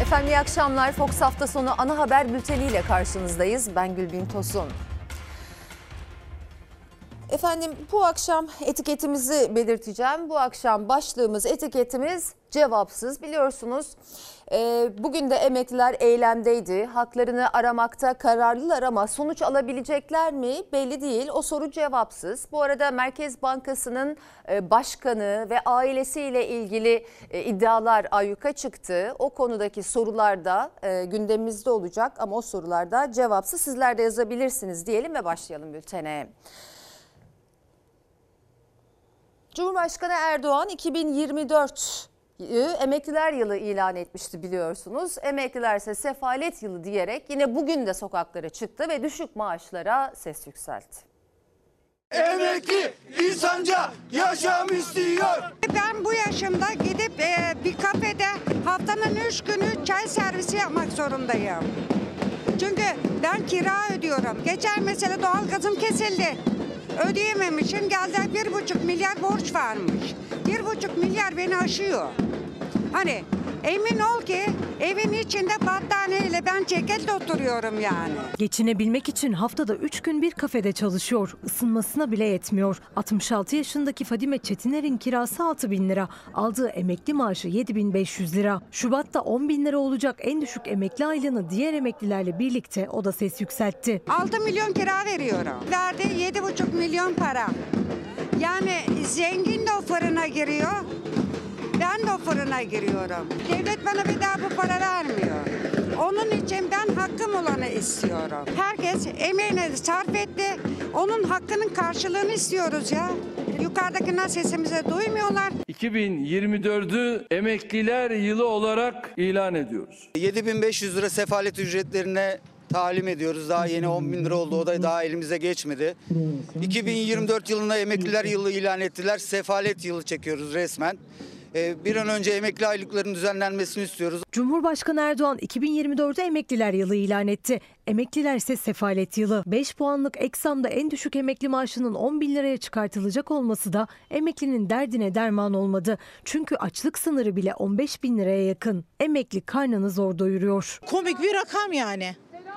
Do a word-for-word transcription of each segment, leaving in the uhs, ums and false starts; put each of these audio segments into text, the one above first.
Efendim iyi akşamlar. Fox hafta sonu ana haber bülteniyle karşınızdayız. Ben Gülbin Tosun. Efendim bu akşam etiketimizi belirteceğim. Bu akşam başlığımız, etiketimiz cevapsız. Biliyorsunuz bugün de emekliler eylemdeydi. Haklarını aramakta kararlılar ama sonuç alabilecekler mi belli değil. O soru cevapsız. Bu arada Merkez Bankası'nın başkanı ve ailesiyle ilgili iddialar ayyuka çıktı. O konudaki sorular da gündemimizde olacak ama o sorular da cevapsız. Sizler de yazabilirsiniz diyelim ve başlayalım bültene. Cumhurbaşkanı Erdoğan iki bin yirmi dört emekliler yılı ilan etmişti biliyorsunuz. Emekliler ise sefalet yılı diyerek yine bugün de sokaklara çıktı ve düşük maaşlara ses yükseltti. Emekli insanca yaşam istiyor. Ben bu yaşımda gidip e, bir kafede haftanın üç günü çay servisi yapmak zorundayım. Çünkü ben kira ödüyorum. Geçen mesela doğalgazım kesildi. Ödeyememişim, geldi bir buçuk milyar borç varmış. Bir buçuk milyar beni aşıyor. Hani emin ol ki evin içinde battaniyeyle ben ceketle oturuyorum yani. Geçinebilmek için haftada üç gün bir kafede çalışıyor. Isınmasına bile yetmiyor. altmış altı yaşındaki Fadime Çetiner'in kirası altı bin lira. Aldığı emekli maaşı yedi bin beş yüz lira. Şubat'ta on bin lira olacak en düşük emekli aylığını diğer emeklilerle birlikte o da ses yükseltti. altı milyon kira veriyorum. Verdi yedi buçuk milyon para. Yani zengin de o fırına giriyor. Ben de o fırına giriyorum. Devlet bana bir daha bu para vermiyor. Onun için ben hakkım olanı istiyorum. Herkes emeğini sarf etti. Onun hakkının karşılığını istiyoruz ya. Yukarıdakiler sesimizi duymuyorlar. iki bin yirmi dördü emekliler yılı olarak ilan ediyoruz. yedi bin beş yüz lira sefalet ücretlerine talim ediyoruz. Daha yeni on bin lira oldu. O da daha elimize geçmedi. iki bin yirmi dört yılında emekliler yılı ilan ettiler. Sefalet yılı çekiyoruz resmen. Bir an önce emekli aylıklarının düzenlenmesini istiyoruz. Cumhurbaşkanı Erdoğan iki bin yirmi dörtte emekliler yılı ilan etti. Emekliler ise sefalet yılı. beş puanlık eksamda en düşük emekli maaşının on bin liraya çıkartılacak olması da emeklinin derdine derman olmadı. Çünkü açlık sınırı bile on beş bin liraya yakın. Emekli karnını zor doyuruyor. Komik bir rakam yani.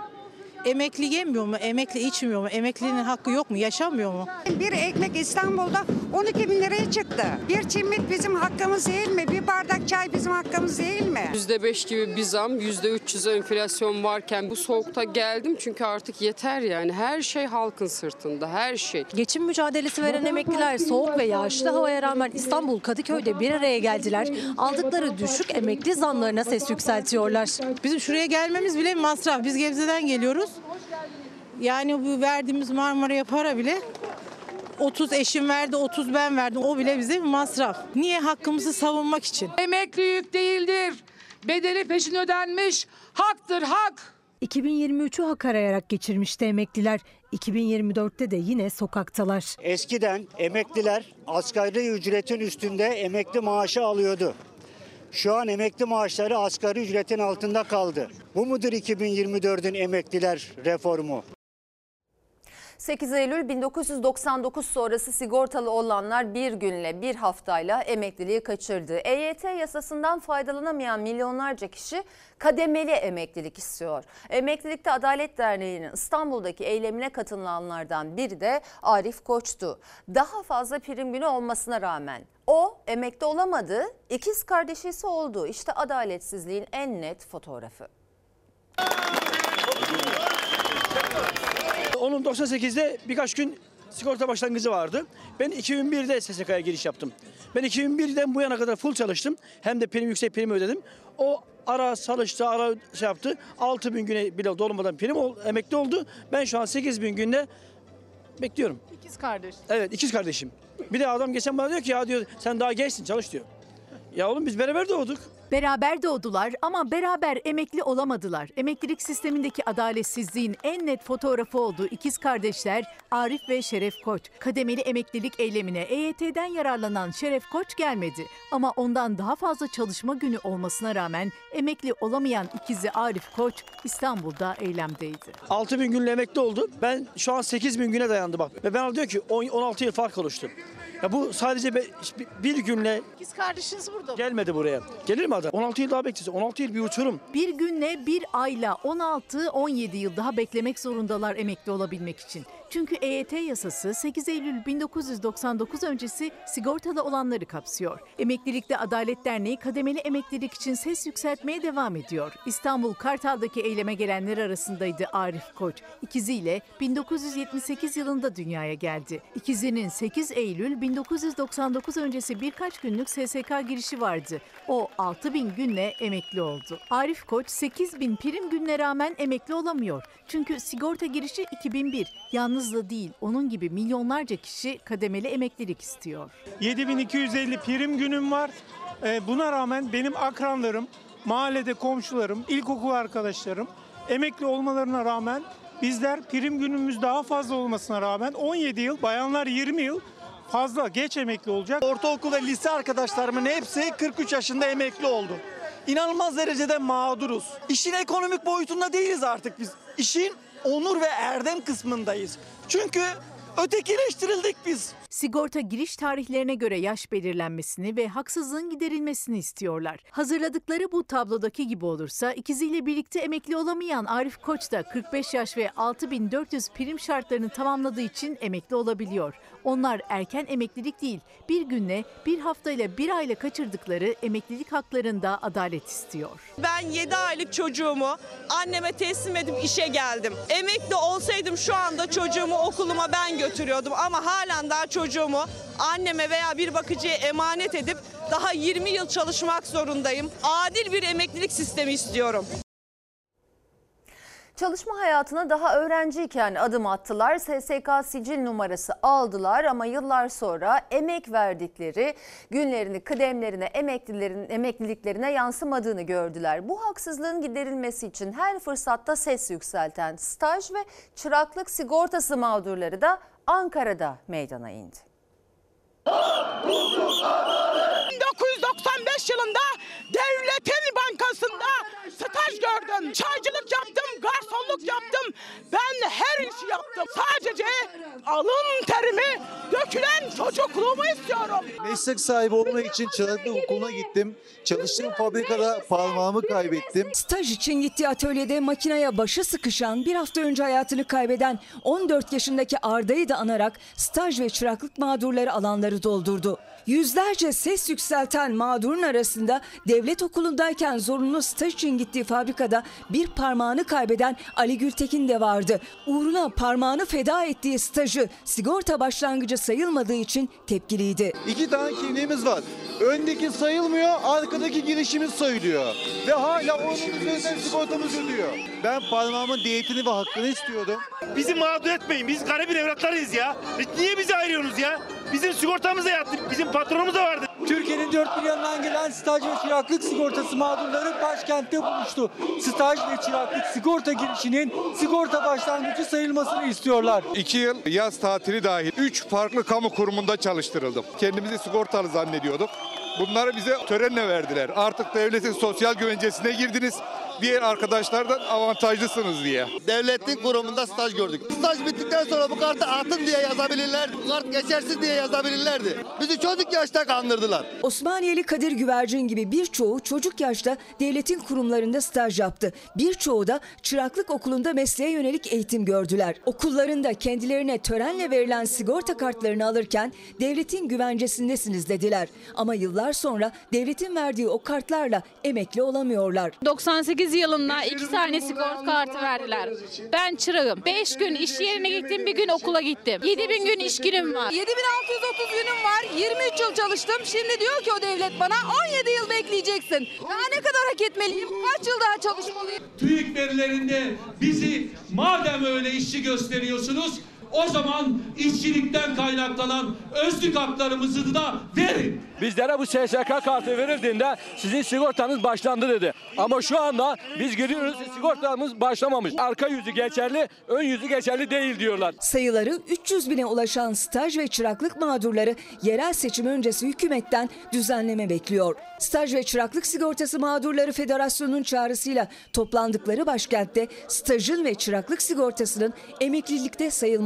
Emekli yemiyor mu? Emekli içmiyor mu? Emeklinin hakkı yok mu? Yaşamıyor mu? Bir ekmek İstanbul'da on iki bin liraya çıktı. Bir çimit bizim hakkımız değil mi? Bir bardak çay bizim hakkımız değil mi? yüzde beş gibi bir zam, yüzde üç yüz enflasyon varken bu soğukta geldim çünkü artık yeter yani. Her şey halkın sırtında, her şey. Geçim mücadelesi veren emekliler soğuk ve yağışlı havaya rağmen İstanbul Kadıköy'de bir araya geldiler. Aldıkları düşük emekli zamlarına ses yükseltiyorlar. Bizim şuraya gelmemiz bile masraf. Biz Gebze'den geliyoruz. Yani bu verdiğimiz Marmara'ya para bile otuz eşim verdi, otuz ben verdim. O bile bize bir masraf. Niye? Hakkımızı savunmak için. Emekli yük değildir. Bedeli peşin ödenmiş. Haktır, hak. iki bin yirmi üçü hak arayarak geçirmişti emekliler. iki bin yirmi dörtte de yine sokaktalar. Eskiden emekliler asgari ücretin üstünde emekli maaşı alıyordu. Şu an emekli maaşları asgari ücretin altında kaldı. Bu mudur iki bin yirmi dördün emekliler reformu? sekiz Eylül bin dokuz yüz doksan dokuz sonrası sigortalı olanlar bir günle bir haftayla emekliliği kaçırdı. E Y T yasasından faydalanamayan milyonlarca kişi kademeli emeklilik istiyor. Emeklilikte Adalet Derneği'nin İstanbul'daki eylemine katılanlardan biri de Arif Koç'tu. Daha fazla prim günü olmasına rağmen o emekli olamadı, ikiz kardeşi ise oldu. İşte adaletsizliğin en net fotoğrafı. Onun doksan sekizde birkaç gün sigorta başlangıcı vardı. Ben iki bin birde S S K'ya giriş yaptım. Ben iki bin birden bu yana kadar full çalıştım. Hem de prim yüksek prim ödedim. O ara çalıştı, ara şey yaptı. altı bin güne bile dolmadan prim ol, emekli oldu. Ben şu an sekiz bin günde bekliyorum. İkiz kardeş. Evet, ikiz kardeşim. Bir de adam geçen bana diyor ki ya diyor sen daha gençsin çalış diyor. Ya oğlum biz beraber doğduk. Beraber doğdular ama beraber emekli olamadılar. Emeklilik sistemindeki adaletsizliğin en net fotoğrafı oldu ikiz kardeşler Arif ve Şeref Koç. Kademeli emeklilik eylemine E Y T'den yararlanan Şeref Koç gelmedi. Ama ondan daha fazla çalışma günü olmasına rağmen emekli olamayan ikizi Arif Koç İstanbul'da eylemdeydi. altı bin günle emekli oldu. Ben şu an sekiz bin güne dayandı bak. Ve bana diyor ki on altı yıl fark oluştu. Ya bu sadece be- bir günle İkiz kardeşiniz burada mı? gelmedi buraya. Gelir mi adam? on altı yıl daha bekleyeceğiz. on altı yıl bir uçurum. Bir günle bir ayla on altı on yedi yıl daha beklemek zorundalar emekli olabilmek için. Çünkü E Y T yasası sekiz Eylül bin dokuz yüz doksan dokuz öncesi sigortada olanları kapsıyor. Emeklilikte Adalet Derneği kademeli emeklilik için ses yükseltmeye devam ediyor. İstanbul Kartal'daki eyleme gelenler arasındaydı Arif Koç. İkiziyle bin dokuz yüz yetmiş sekiz yılında dünyaya geldi. İkizinin sekiz Eylül bin dokuz yüz doksan dokuz öncesi birkaç günlük S S K girişi vardı. O altı bin günle emekli oldu. Arif Koç sekiz bin prim gününe rağmen emekli olamıyor. Çünkü sigorta girişi iki bin bir. Yalnız da değil, onun gibi milyonlarca kişi kademeli emeklilik istiyor. yedi bin iki yüz elli prim günüm var. Buna rağmen benim akranlarım, mahallede komşularım, ilkokul arkadaşlarım emekli olmalarına rağmen bizler prim günümüz daha fazla olmasına rağmen on yedi yıl, bayanlar yirmi yıl fazla geç emekli olacak. Ortaokul ve lise arkadaşlarımın hepsi kırk üç yaşında emekli oldu. İnanılmaz derecede mağduruz. İşin ekonomik boyutunda değiliz artık biz. İşin onur ve erdem kısmındayız. Çünkü ötekileştirildik biz. Sigorta giriş tarihlerine göre yaş belirlenmesini ve haksızlığın giderilmesini istiyorlar. Hazırladıkları bu tablodaki gibi olursa ikiziyle birlikte emekli olamayan Arif Koç da kırk beş yaş ve altı bin dört yüz prim şartlarını tamamladığı için emekli olabiliyor. Onlar erken emeklilik değil, bir günle, bir haftayla, bir ayla kaçırdıkları emeklilik haklarında adalet istiyor. Ben yedi aylık çocuğumu anneme teslim edip işe geldim. Emekli olsaydım şu anda çocuğumu okuluma ben götürüyordum ama halen daha çocuğumu anneme veya bir bakıcıya emanet edip daha yirmi yıl çalışmak zorundayım. Adil bir emeklilik sistemi istiyorum. Çalışma hayatına daha öğrenciyken adım attılar. S S K sicil numarası aldılar ama yıllar sonra emek verdikleri günlerini, kıdemlerine, emeklilerin emekliliklerine yansımadığını gördüler. Bu haksızlığın giderilmesi için her fırsatta ses yükselten staj ve çıraklık sigortası mağdurları da Ankara'da meydana indi. bin dokuz yüz doksan beş yılında devletin bankasında staj gördüm. Çaycılık yaptım, garsonluk yaptım. Ben her işi yaptım. Sadece alın terimi dökülen çocukluğumu istiyorum. Meslek sahibi olmak için çıraklık okuluna gittim. Çalıştığım fabrikada parmağımı kaybettim. Staj için gittiği atölyede makineye başı sıkışan, bir hafta önce hayatını kaybeden on dört yaşındaki Arda'yı da anarak staj ve çıraklık mağdurları alanları doldurdu. Yüzlerce ses yükselten mağdurun arasında devlet okulundayken zorunlu staj için gittiği fabrikada bir parmağını kaybeden Ali Gültekin de vardı. Uğruna parmağını feda ettiği stajı sigorta başlangıcı sayılmadığı için tepkiliydi. İki tane kimliğimiz var. Öndeki sayılmıyor, arkadaki girişimiz sayılıyor. Ve hala onun üzerinden sigortamız ödüyor. Ben parmağımın diyetini ve hakkını istiyorum. Bizi mağdur etmeyin. Biz garibin evlatlarıyız ya. Niye bizi ayırıyorsunuz ya? Bizim sigortamız da yattı. Bizim patronumuz da vardı. Türkiye'nin dört bir yanından gelen staj ve çıraklık sigortası mağdurları başkentte buluştu. Staj ve çıraklık sigorta girişinin sigorta başlangıcı sayılmasını istiyorlar. İki yıl yaz tatili dahil üç farklı kamu kurumunda çalıştırıldım. Kendimizi sigortalı zannediyorduk. Bunları bize törenle verdiler. Artık devletin sosyal güvencesine girdiniz. Diğer arkadaşlardan avantajlısınız diye. Devletin kurumunda staj gördük. Staj bittikten sonra bu kartı atın diye yazabilirler, bu kart geçersiz diye yazabilirlerdi. Bizi çocuk yaşta kandırdılar. Osmaniyeli Kadir Güvercin gibi birçoğu çocuk yaşta devletin kurumlarında staj yaptı. Birçoğu da çıraklık okulunda mesleğe yönelik eğitim gördüler. Okullarında kendilerine törenle verilen sigorta kartlarını alırken devletin güvencesindesiniz dediler. Ama yıllar sonra devletin verdiği o kartlarla emekli olamıyorlar. doksan sekiz yılında iki tane sigorta kartı verdiler. Ben çırağım. beş gün iş yerine gittim, bir gün okula gittim. yedi bin gün iş günüm var. yedi bin altı yüz otuz günüm var. yirmi üç yıl çalıştım. Şimdi diyor ki o devlet bana on yedi yıl bekleyeceksin. Daha ne kadar hak etmeliyim? Kaç yıl daha çalışmalıyım? TÜİK verilerinde bizi madem öyle işçi gösteriyorsunuz, o zaman işçilikten kaynaklanan özlük haklarımızı da verin. Bizlere bu S S K kartı verildiğinde sizin sigortanız başlandı dedi. Ama şu anda biz giriyoruz, sigortamız başlamamış. Arka yüzü geçerli, ön yüzü geçerli değil diyorlar. Sayıları üç yüz bine ulaşan staj ve çıraklık mağdurları yerel seçim öncesi hükümetten düzenleme bekliyor. Staj ve çıraklık sigortası mağdurları Federasyonu'nun çağrısıyla toplandıkları başkentte stajın ve çıraklık sigortasının emeklilikte sayılması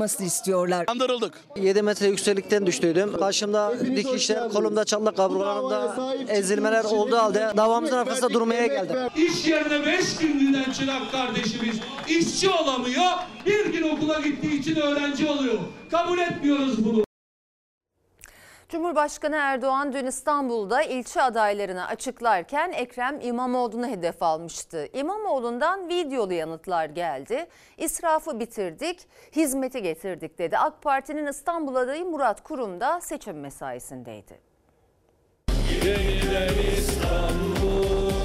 yapılmasını istiyorlar. Kandırıldık. yedi metre yükseklikten düştüydüm. Başımda dikişler, kolumda çatlak, kaburgalarımda ezilmeler olduğu halde davamızın arkasında durmaya geldim. İş yerine beş gün giden çırak kardeşimiz işçi olamıyor. Bir gün okula gittiği için öğrenci oluyor. Kabul etmiyoruz bunu. Cumhurbaşkanı Erdoğan dün İstanbul'da ilçe adaylarını açıklarken Ekrem İmamoğlu'nu hedef almıştı. İmamoğlu'ndan videolu yanıtlar geldi. İsrafı bitirdik, hizmeti getirdik dedi. AK Parti'nin İstanbul adayı Murat Kurum da seçim mesaisindeydi. Yeniden İstanbul,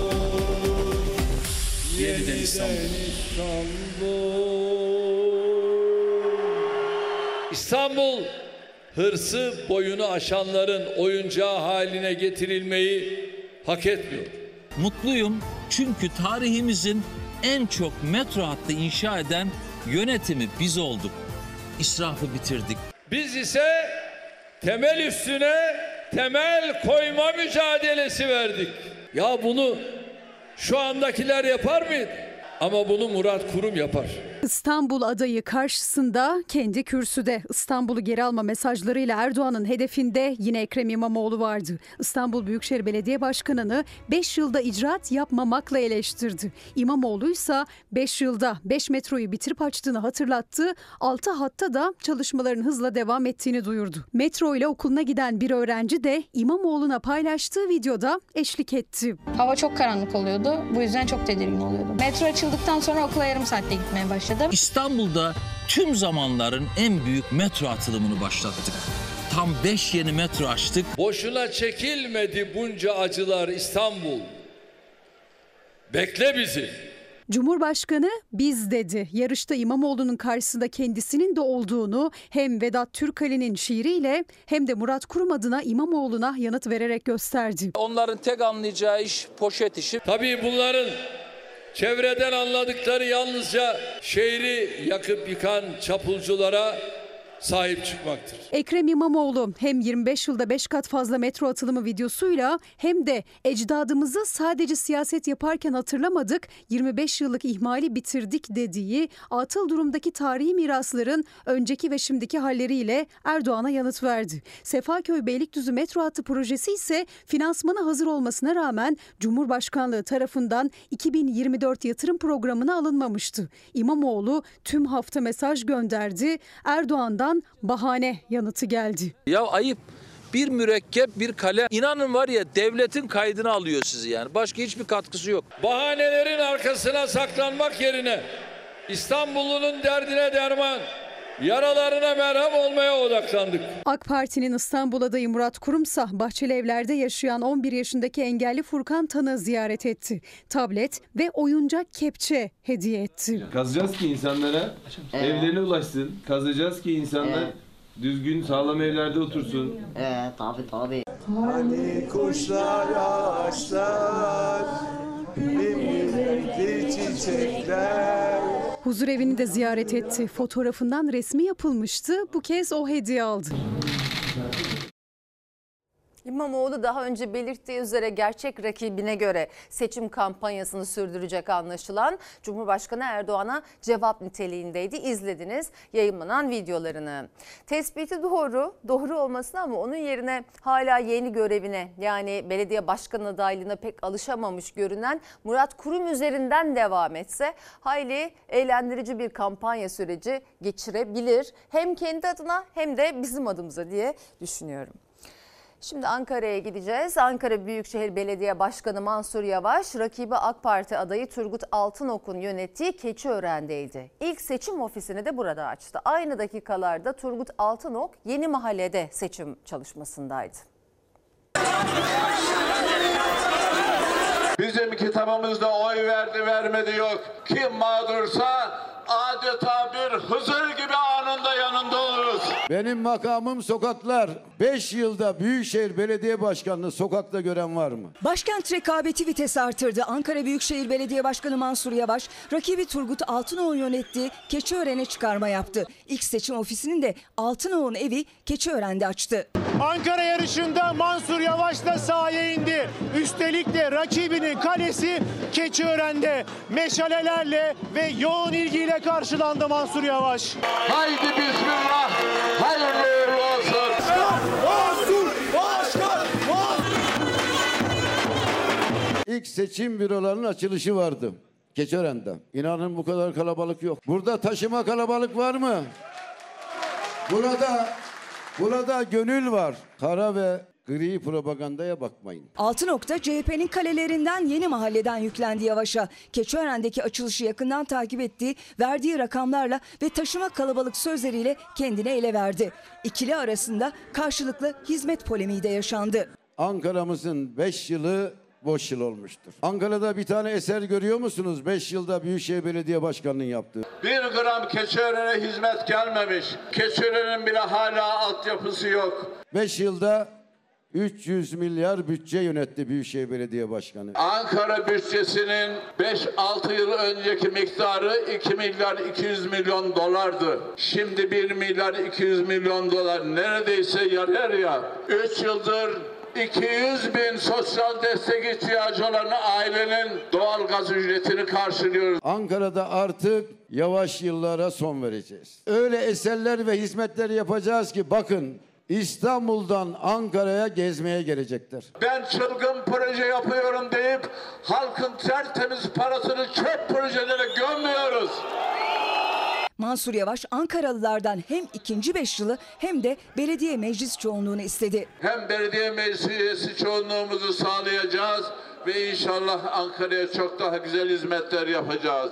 yeniden İstanbul. İstanbul, hırsı boyunu aşanların oyuncağı haline getirilmeyi hak etmiyor. Mutluyum çünkü tarihimizin en çok metro hattı inşa eden yönetimi biz olduk. İsrafı bitirdik. Biz ise temel üstüne temel koyma mücadelesi verdik. Ya bunu şu andakiler yapar mıydı? Ama bunu Murat Kurum yapar. İstanbul adayı karşısında kendi kürsüde İstanbul'u geri alma mesajlarıyla Erdoğan'ın hedefinde yine Ekrem İmamoğlu vardı. İstanbul Büyükşehir Belediye Başkanı'nı beş yılda icraat yapmamakla eleştirdi. İmamoğlu ise beş yılda beş metroyu bitirip açtığını hatırlattı. altı hatta da çalışmaların hızla devam ettiğini duyurdu. Metro ile okuluna giden bir öğrenci de İmamoğlu'na paylaştığı videoda eşlik etti. Hava çok karanlık oluyordu. Bu yüzden çok tedirgin oluyordum. Metro açıldıktan sonra okula yarım saatte gitmeye başladım. İstanbul'da tüm zamanların en büyük metro atılımını başlattık. Tam beş yeni metro açtık. Boşuna çekilmedi bunca acılar İstanbul. Bekle bizi. Cumhurbaşkanı biz dedi. Yarışta İmamoğlu'nun karşısında kendisinin de olduğunu hem Vedat Türkali'nin şiiriyle hem de Murat Kurum adına İmamoğlu'na yanıt vererek gösterdi. Onların tek anlayacağı iş poşet işi. Tabii bunların çevreden anladıkları yalnızca şehri yakıp yıkan çapulculara sahip çıkmaktır. Ekrem İmamoğlu hem yirmi beş yılda beş kat fazla metro atılımı videosuyla hem de ecdadımızı sadece siyaset yaparken hatırlamadık, yirmi beş yıllık ihmali bitirdik dediği atıl durumdaki tarihi mirasların önceki ve şimdiki halleriyle Erdoğan'a yanıt verdi. Sefaköy Beylikdüzü metro hattı projesi ise finansmanı hazır olmasına rağmen Cumhurbaşkanlığı tarafından iki bin yirmi dört yatırım programına alınmamıştı. İmamoğlu tüm hafta mesaj gönderdi. Erdoğan'dan bahane yanıtı geldi. Ya ayıp. Bir mürekkep, bir kalem. İnanın var ya devletin kaydını alıyor sizi yani. Başka hiçbir katkısı yok. Bahanelerin arkasına saklanmak yerine İstanbullunun derdine derman, yaralarına merhem olmaya odaklandık. AK Parti'nin İstanbul adayı Murat Kurumsa Bahçelievler'de yaşayan on bir yaşındaki engelli Furkan Tan'ı ziyaret etti. Tablet ve oyuncak kepçe hediye etti. Kazacağız ki insanlara evet. evlerine ulaşsın. Kazacağız ki insanlar evet. düzgün sağlam evlerde otursun. Evet tabii tabii. Hani kuşlar ağaçlar, renkli çiçekler. Huzurevini de ziyaret etti. Fotoğrafından resmi yapılmıştı. Bu kez o hediye aldı. İmamoğlu daha önce belirttiği üzere gerçek rakibine göre seçim kampanyasını sürdürecek anlaşılan. Cumhurbaşkanı Erdoğan'a cevap niteliğindeydi. İzlediniz yayınlanan videolarını. Tespiti doğru, doğru olmasına ama onun yerine hala yeni görevine yani belediye başkanı adaylığına pek alışamamış görünen Murat Kurum üzerinden devam etse hayli eğlendirici bir kampanya süreci geçirebilir. Hem kendi adına hem de bizim adımıza diye düşünüyorum. Şimdi Ankara'ya gideceğiz. Ankara Büyükşehir Belediye Başkanı Mansur Yavaş, rakibi AK Parti adayı Turgut Altınok'un yönettiği Keçiören'deydi. İlk seçim ofisini de burada açtı. Aynı dakikalarda Turgut Altınok Yeni Mahalle'de seçim çalışmasındaydı. Bizim kitabımızda oy verdi vermedi yok. Kim mağdursa adeta bir Hızır gibi anında yanında oluruz. Benim makamım sokaklar. beş yılda Büyükşehir Belediye Başkanı'nı sokakta gören var mı? Başkent rekabeti vites artırdı. Ankara Büyükşehir Belediye Başkanı Mansur Yavaş, rakibi Turgut Altınok'un yönettiği Keçiören'e çıkarma yaptı. İlk seçim ofisinin de Altınok'un evi Keçiören'de açtı. Ankara yarışında Mansur Yavaş da sahaya indi. Üstelik de rakibinin kalesi Keçiören'de. Meşalelerle ve yoğun ilgiyle karşılandı Mansur Yavaş. Haydi bismillah, hayırlı uğurlu olsun. Mansur Başkan! İlk seçim bürolarının açılışı vardı Keçiören'de. İnanın bu kadar kalabalık yok. Burada taşıma kalabalık var mı? Burada, burada gönül var. Kara ve gri propagandaya bakmayın. Altınok'ta C H P'nin kalelerinden Yeni Mahalle'den yüklendi Yavaş'a. Keçiören'deki açılışı yakından takip ettiği, verdiği rakamlarla ve taşıma kalabalık sözleriyle kendine ele verdi. İkili arasında karşılıklı hizmet polemiği de yaşandı. Ankara'mızın beş yılı boş yıl olmuştur. Ankara'da bir tane eser görüyor musunuz? beş yılda Büyükşehir Belediye Başkanı'nın yaptığı. Bir gram Keçiören'e hizmet gelmemiş. Keçiören'in bile hala altyapısı yok. beş yılda üç yüz milyar bütçe yönetti Büyükşehir Belediye Başkanı. Ankara bütçesinin beş altı yıl önceki miktarı iki milyar iki yüz milyon dolardı. Şimdi bir milyar iki yüz milyon dolar, neredeyse yarı yarıya. üç yıldır iki yüz bin sosyal destek ihtiyacı olan ailenin doğalgaz ücretini karşılıyoruz. Ankara'da artık yavaş yıllara son vereceğiz. Öyle eserler ve hizmetler yapacağız ki bakın İstanbul'dan Ankara'ya gezmeye gelecekler. Ben çılgın proje yapıyorum deyip halkın tertemiz parasını çöp projelere gömmüyoruz. Mansur Yavaş Ankaralılardan hem ikinci beş yılı hem de belediye meclis çoğunluğunu istedi. Hem belediye meclis üyesi çoğunluğumuzu sağlayacağız ve inşallah Ankara'ya çok daha güzel hizmetler yapacağız.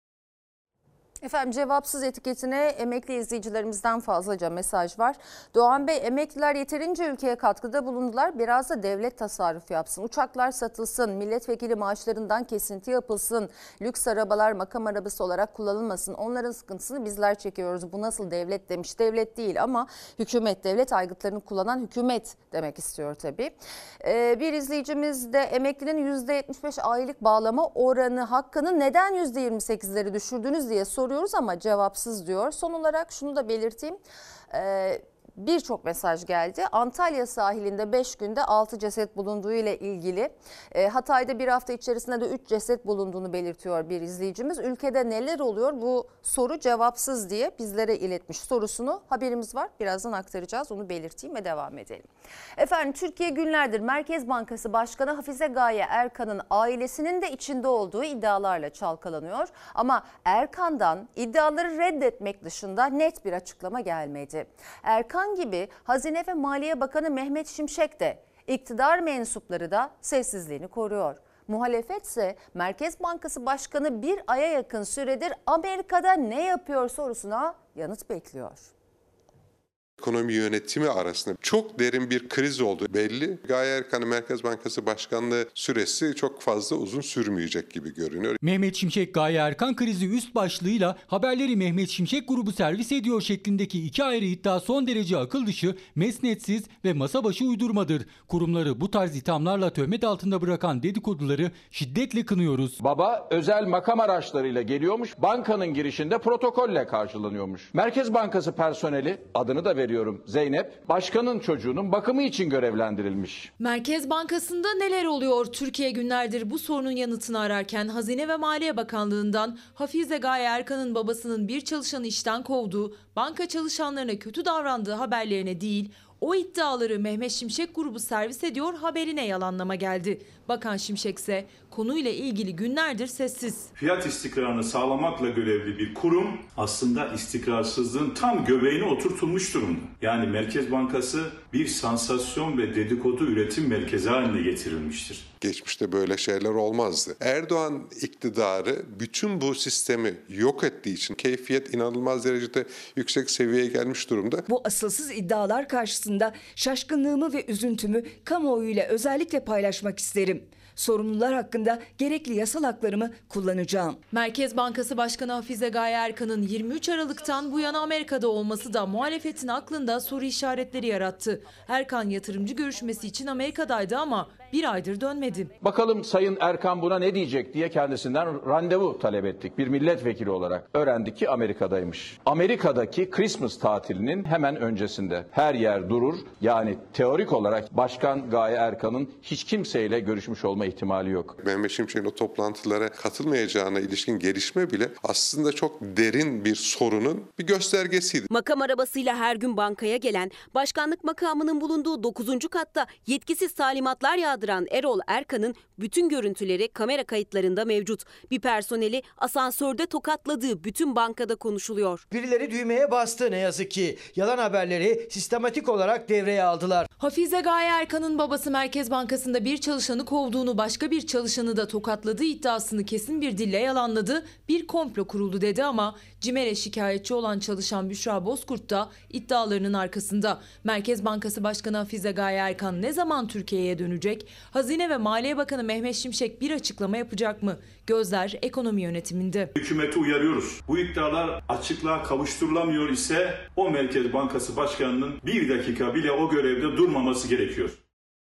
Efendim cevapsız etiketine emekli izleyicilerimizden fazlaca mesaj var. Doğan Bey, emekliler yeterince ülkeye katkıda bulundular. Biraz da devlet tasarruf yapsın. Uçaklar satılsın, milletvekili maaşlarından kesinti yapılsın, lüks arabalar makam arabası olarak kullanılmasın. Onların sıkıntısını bizler çekiyoruz. Bu nasıl devlet demiş. Devlet değil ama hükümet, devlet aygıtlarını kullanan hükümet demek istiyor tabii. Ee, bir izleyicimiz de emeklinin yüzde yetmiş beş aylık bağlama oranı hakkını neden yüzde yirmi sekizleri düşürdünüz diye soruyor. Ama cevapsız diyor. Son olarak şunu da belirteyim. Ee, Birçok mesaj geldi. Antalya sahilinde beş günde altı ceset bulunduğu ile ilgili. E, Hatay'da bir hafta içerisinde de üç ceset bulunduğunu belirtiyor bir izleyicimiz. Ülkede neler oluyor? Bu soru cevapsız diye bizlere iletmiş sorusunu. Haberimiz var. Birazdan aktaracağız. Onu belirteyim ve devam edelim. Efendim Türkiye günlerdir Merkez Bankası Başkanı Hafize Gaye Erkan'ın ailesinin de içinde olduğu iddialarla çalkalanıyor. Ama Erkan'dan iddiaları reddetmek dışında net bir açıklama gelmedi. Erkan gibi Hazine ve Maliye Bakanı Mehmet Şimşek de iktidar mensupları da sessizliğini koruyor. Muhalefet ise Merkez Bankası Başkanı bir aya yakın süredir Amerika'da ne yapıyor sorusuna yanıt bekliyor. Ekonomi yönetimi arasında çok derin bir kriz oldu belli. Gaye Erkan'ın Merkez Bankası Başkanlığı süresi çok fazla uzun sürmeyecek gibi görünüyor. Mehmet Şimşek Gaye Erkan krizi üst başlığıyla haberleri Mehmet Şimşek grubu servis ediyor şeklindeki iki ayrı iddia son derece akıl dışı, mesnetsiz ve masa başı uydurmadır. Kurumları bu tarz ithamlarla töhmet altında bırakan dedikoduları şiddetle kınıyoruz. Baba özel makam araçlarıyla geliyormuş, bankanın girişinde protokolle karşılanıyormuş. Merkez Bankası personeli, adını da veriyorum Zeynep, başkanın çocuğunun bakımı için görevlendirilmiş. Merkez Bankası'nda neler oluyor? Türkiye günlerdir bu sorunun yanıtını ararken Hazine ve Maliye Bakanlığı'ndan Hafize Gaye Erkan'ın babasının bir çalışanı işten kovduğu, banka çalışanlarına kötü davrandığı haberlerine değil, o iddiaları Mehmet Şimşek grubu servis ediyor haberine yalanlama geldi. Bakan Şimşek ise konuyla ilgili günlerdir sessiz. Fiyat istikrarını sağlamakla görevli bir kurum aslında istikrarsızlığın tam göbeğine oturtulmuş durumda. Yani Merkez Bankası bir sansasyon ve dedikodu üretim merkezi haline getirilmiştir. Geçmişte böyle şeyler olmazdı. Erdoğan iktidarı bütün bu sistemi yok ettiği için keyfiyet inanılmaz derecede yüksek seviyeye gelmiş durumda. Bu asılsız iddialar karşısında şaşkınlığımı ve üzüntümü kamuoyuyla özellikle paylaşmak isterim. Sorumlular hakkında gerekli yasal haklarımı kullanacağım. Merkez Bankası Başkanı Hafize Gaye Erkan'ın yirmi üç Aralık'tan bu yana Amerika'da olması da muhalefetin aklında soru işaretleri yarattı. Erkan yatırımcı görüşmesi için Amerika'daydı ama bir aydır dönmedi. Bakalım Sayın Erkan buna ne diyecek diye kendisinden randevu talep ettik. Bir milletvekili olarak öğrendik ki Amerika'daymış. Amerika'daki Christmas tatilinin hemen öncesinde her yer durur. Yani teorik olarak Başkan Gaye Erkan'ın hiç kimseyle görüşmüş olma ihtimali yok. Mehmet Şimşek'in o toplantılara katılmayacağına ilişkin gelişme bile aslında çok derin bir sorunun bir göstergesiydi. Makam arabasıyla her gün bankaya gelen, başkanlık makamının bulunduğu dokuzuncu katta yetkisiz talimatlar yağdıran Erol Erkan'ın bütün görüntüleri kamera kayıtlarında mevcut. Bir personeli asansörde tokatladığı bütün bankada konuşuluyor. Birileri düğmeye bastı ne yazık ki. Yalan haberleri sistematik olarak devreye aldılar. Hafize Gaye Erkan'ın babası Merkez Bankası'nda bir çalışanı kovduğunu, başka bir çalışanı da tokatladığı iddiasını kesin bir dille yalanladı. Bir komplo kuruldu dedi ama CİMER'e şikayetçi olan çalışan Büşra Bozkurt da iddialarının arkasında. Merkez Bankası Başkanı Hafize Gaye Erkan ne zaman Türkiye'ye dönecek? Hazine ve Maliye Bakanı Mehmet Şimşek bir açıklama yapacak mı? Gözler ekonomi yönetiminde. Hükümeti uyarıyoruz. Bu iddialar açıklığa kavuşturulamıyor ise o Merkez Bankası Başkanı'nın bir dakika bile o görevde durmaması gerekiyor.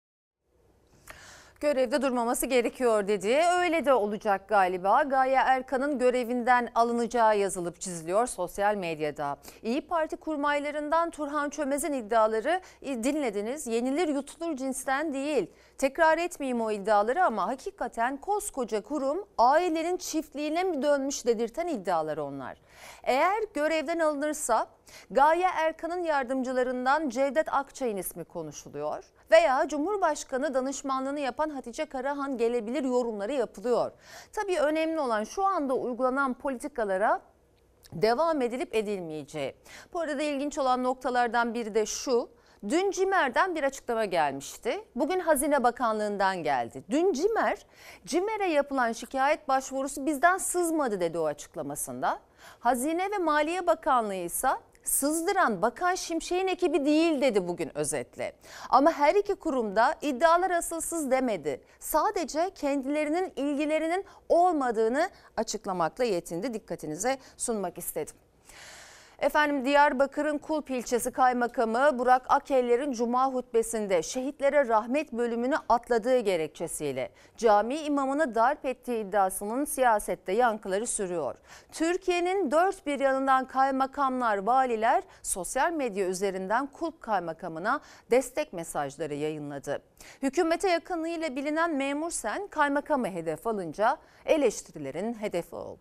Görevde durmaması gerekiyor dedi. Öyle de olacak galiba. Gaye Erkan'ın görevinden alınacağı yazılıp çiziliyor sosyal medyada. İyi Parti kurmaylarından Turhan Çömez'in iddiaları dinlediniz. Yenilir yutulur cinsten değil. Tekrar etmeyeyim o iddiaları ama hakikaten koskoca kurum ailenin çiftliğine mi dönmüş dedirten iddialar onlar. Eğer görevden alınırsa Gaye Erkan'ın yardımcılarından Cevdet Akçay'ın ismi konuşuluyor. Veya Cumhurbaşkanı danışmanlığını yapan Hatice Karahan gelebilir yorumları yapılıyor. Tabii önemli olan şu anda uygulanan politikalara devam edilip edilmeyeceği. Bu arada ilginç olan noktalardan biri de şu. Dün CİMER'den bir açıklama gelmişti. Bugün Hazine Bakanlığı'ndan geldi. Dün CİMER, CİMER'e yapılan şikayet başvurusu bizden sızmadı dedi o açıklamasında. Hazine ve Maliye Bakanlığı ise sızdıran Bakan Şimşek'in ekibi değil dedi bugün özetle. Ama her iki kurumda iddialar asılsız demedi. Sadece kendilerinin ilgilerinin olmadığını açıklamakla yetindi. Dikkatinize sunmak istedim. Efendim Diyarbakır'ın Kulp ilçesi kaymakamı Burak Akeller'in Cuma hutbesinde şehitlere rahmet bölümünü atladığı gerekçesiyle cami imamını darp ettiği iddiasının siyasette yankıları sürüyor. Türkiye'nin dört bir yanından kaymakamlar, valiler sosyal medya üzerinden Kulp kaymakamına destek mesajları yayınladı. Hükümete yakınlığıyla bilinen Memur Sen kaymakamı hedef alınca eleştirilerin hedefi oldu.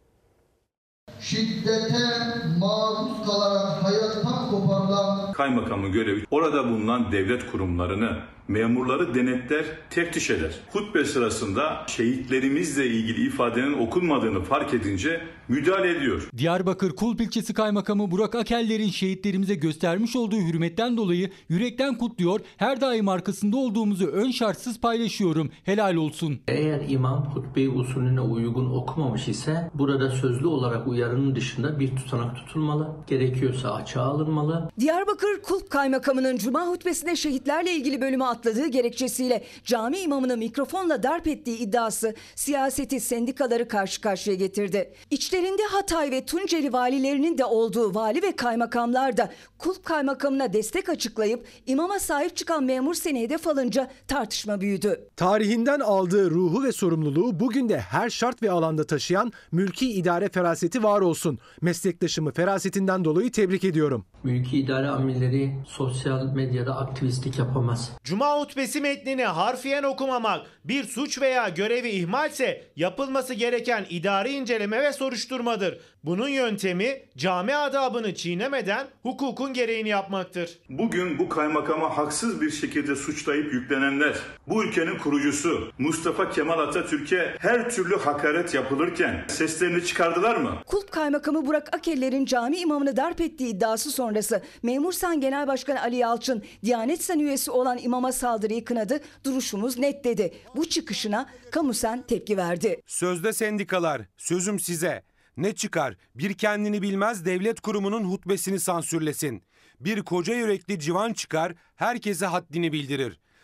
Şiddete maruz kalarak hayattan koparılan Kaymakamın görevi orada bulunan devlet kurumlarını, memurları denetler, teftiş eder. Hutbe sırasında şehitlerimizle ilgili ifadenin okunmadığını fark edince müdahale ediyor. Diyarbakır Kulp ilçesi kaymakamı Burak Akeller'in şehitlerimize göstermiş olduğu hürmetten dolayı yürekten kutluyor, her daim arkasında olduğumuzu ön şartsız paylaşıyorum. Helal olsun. Eğer imam hutbeyi usulüne uygun okumamış ise burada sözlü olarak uyarının dışında bir tutanak tutulmalı. Gerekiyorsa açığa alınmalı. Diyarbakır Kulp kaymakamının Cuma hutbesinde şehitlerle ilgili bölümü atladığı gerekçesiyle cami imamını mikrofonla darp ettiği iddiası siyaseti, sendikaları karşı karşıya getirdi. İçlerinde Hatay ve Tunceli valilerinin de olduğu vali ve kaymakamlar da Kulp kaymakamına destek açıklayıp imama sahip çıkan Memur Sen'i hedef alınca tartışma büyüdü. Tarihinden aldığı ruhu ve sorumluluğu bugün de her şart ve alanda taşıyan mülki idare feraseti var olsun. Meslektaşımı ferasetinden dolayı tebrik ediyorum. Mülki idare amirleri sosyal medyada aktivistlik yapamaz. Cuma hutbesi metnini harfiyen okumamak bir suç veya görevi ihmalse yapılması gereken idari inceleme ve soruşturmadır. Bunun yöntemi cami adabını çiğnemeden hukukun gereğini yapmaktır. Bugün bu kaymakama haksız bir şekilde suçlayıp yüklenenler, bu ülkenin kurucusu Mustafa Kemal Atatürk'e her türlü hakaret yapılırken seslerini çıkardılar mı? Kulp kaymakamı Burak Akeller'in cami imamını darp ettiği iddiası sonrası Memur Sen Genel Başkanı Ali Yalçın, Diyanet Sen üyesi olan imama saldırıyı kınadı, duruşumuz net dedi. Bu çıkışına Kamu Sen tepki verdi. Sözde sendikalar, sözüm size. Ne çıkar bir kendini bilmez devlet kurumunun hutbesini sansürlesin. Bir koca yürekli civan çıkar herkese haddini bildirir.